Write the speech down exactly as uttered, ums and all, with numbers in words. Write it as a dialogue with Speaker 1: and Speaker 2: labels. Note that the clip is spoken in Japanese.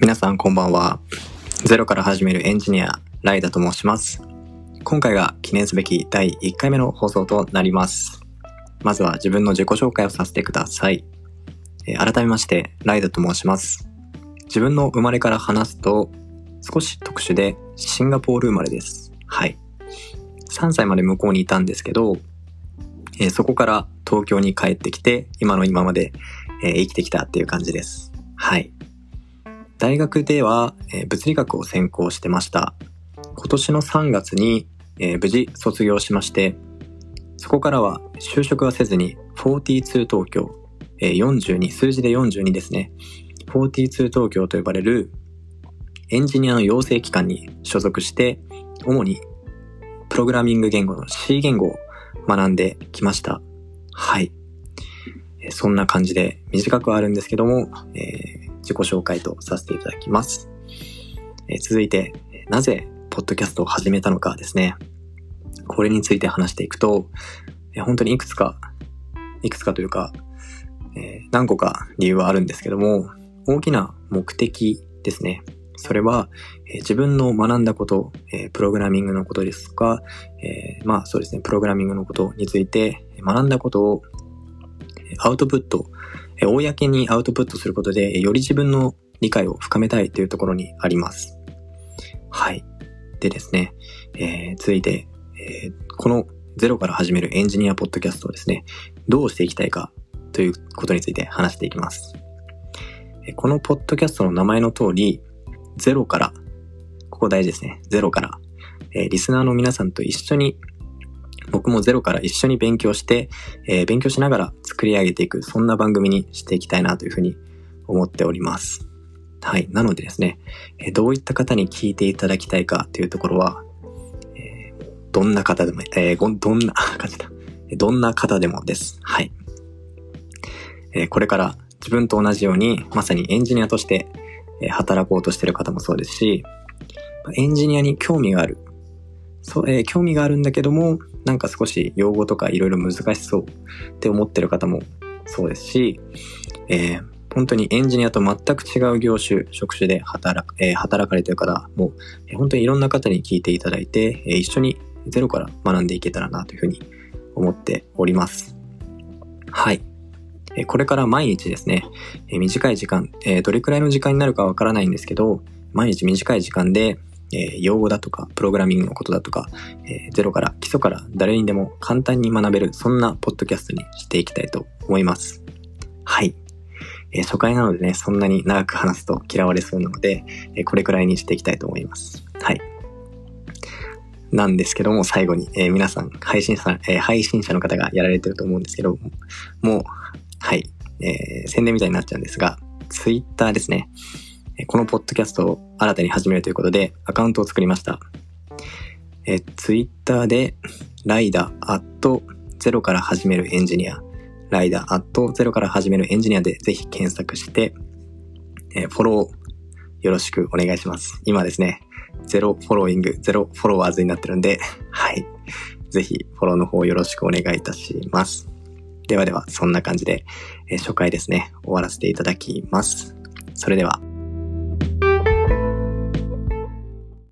Speaker 1: 皆さんこんばんは。ゼロから始めるエンジニア、ライダと申します。今回が記念すべきだいいっかいめの放送となります。まずは自分の自己紹介をさせてください。えー、改めまして、ライダと申します。自分の生まれから話すと、少し特殊でシンガポール生まれです。はい。さんさいまで向こうにいたんですけど、えー、そこから東京に帰ってきて、今の今まで、えー、生きてきたっていう感じです。はい。大学では、えー、物理学を専攻してました。今年のさんがつに、えー、無事卒業しまして、そこからは就職はせずによんじゅうに東京、えー、よんじゅうに、数字でよんじゅうにですね。よんじゅうに東京と呼ばれるエンジニアの養成機関に所属して、主にプログラミング言語の C 言語を学んできました。はい。えー、そんな感じで短くはあるんですけども、えー自己紹介とさせていただきます。えー、続いて、なぜポッドキャストを始めたのかですね。これについて話していくと、えー、本当にいくつか、いくつかというか、えー、何個か理由はあるんですけども、大きな目的ですね。それは、えー、自分の学んだこと、えー、プログラミングのことですとか、えー、まあそうですね、プログラミングのことについて学んだことをアウトプット、公にアウトプットすることでより自分の理解を深めたいというところにあります。はい。でですね、えー、続いて、えー、このゼロから始めるエンジニアポッドキャストをですね、どうしていきたいかということについて話していきます。このポッドキャストの名前の通り、ゼロから、ここ大事ですね、ゼロから、えー、リスナーの皆さんと一緒に僕もゼロから一緒に勉強して、えー、勉強しながら作り上げていく、そんな番組にしていきたいなというふうに思っております。はい。なのでですね、えー、どういった方に聞いていただきたいかというところは、えー、どんな方でも、えー、どんな、感じた。どんな方でもです。はい。えー、これから自分と同じように、まさにエンジニアとして、えー、働こうとしている方もそうですし、エンジニアに興味がある。そう、えー、興味があるんだけども、なんか少し用語とかいろいろ難しそうって思ってる方もそうですし、えー、本当にエンジニアと全く違う業種、職種で働く、えー、働かれている方も、えー、本当にいろんな方に聞いていただいて、えー、一緒にゼロから学んでいけたらなというふうに思っております。はい。えー、これから毎日ですね、えー、短い時間、えー、どれくらいの時間になるかわからないんですけど、毎日短い時間で、えー、用語だとかプログラミングのことだとか、えー、ゼロから基礎から誰にでも簡単に学べる、そんなポッドキャストにしていきたいと思います。はい、えー、初回なのでね、そんなに長く話すと嫌われそうなので、えー、これくらいにしていきたいと思います。はい。なんですけども、最後に、えー、皆さん配信者、えー、配信者の方がやられてると思うんですけどもう、はい、えー、宣伝みたいになっちゃうんですが、ツイッターですね。このポッドキャストを新たに始めるということでアカウントを作りました。え、ツイッターでライダアットゼロから始めるエンジニア、ライダアットゼロから始めるエンジニアでぜひ検索して、えフォローよろしくお願いします。今ですね、ゼロフォローイング、ゼロフォロワーズになってるんで、はい。ぜひフォローの方よろしくお願いいたします。ではでは、そんな感じで、え初回ですね、終わらせていただきます。それでは。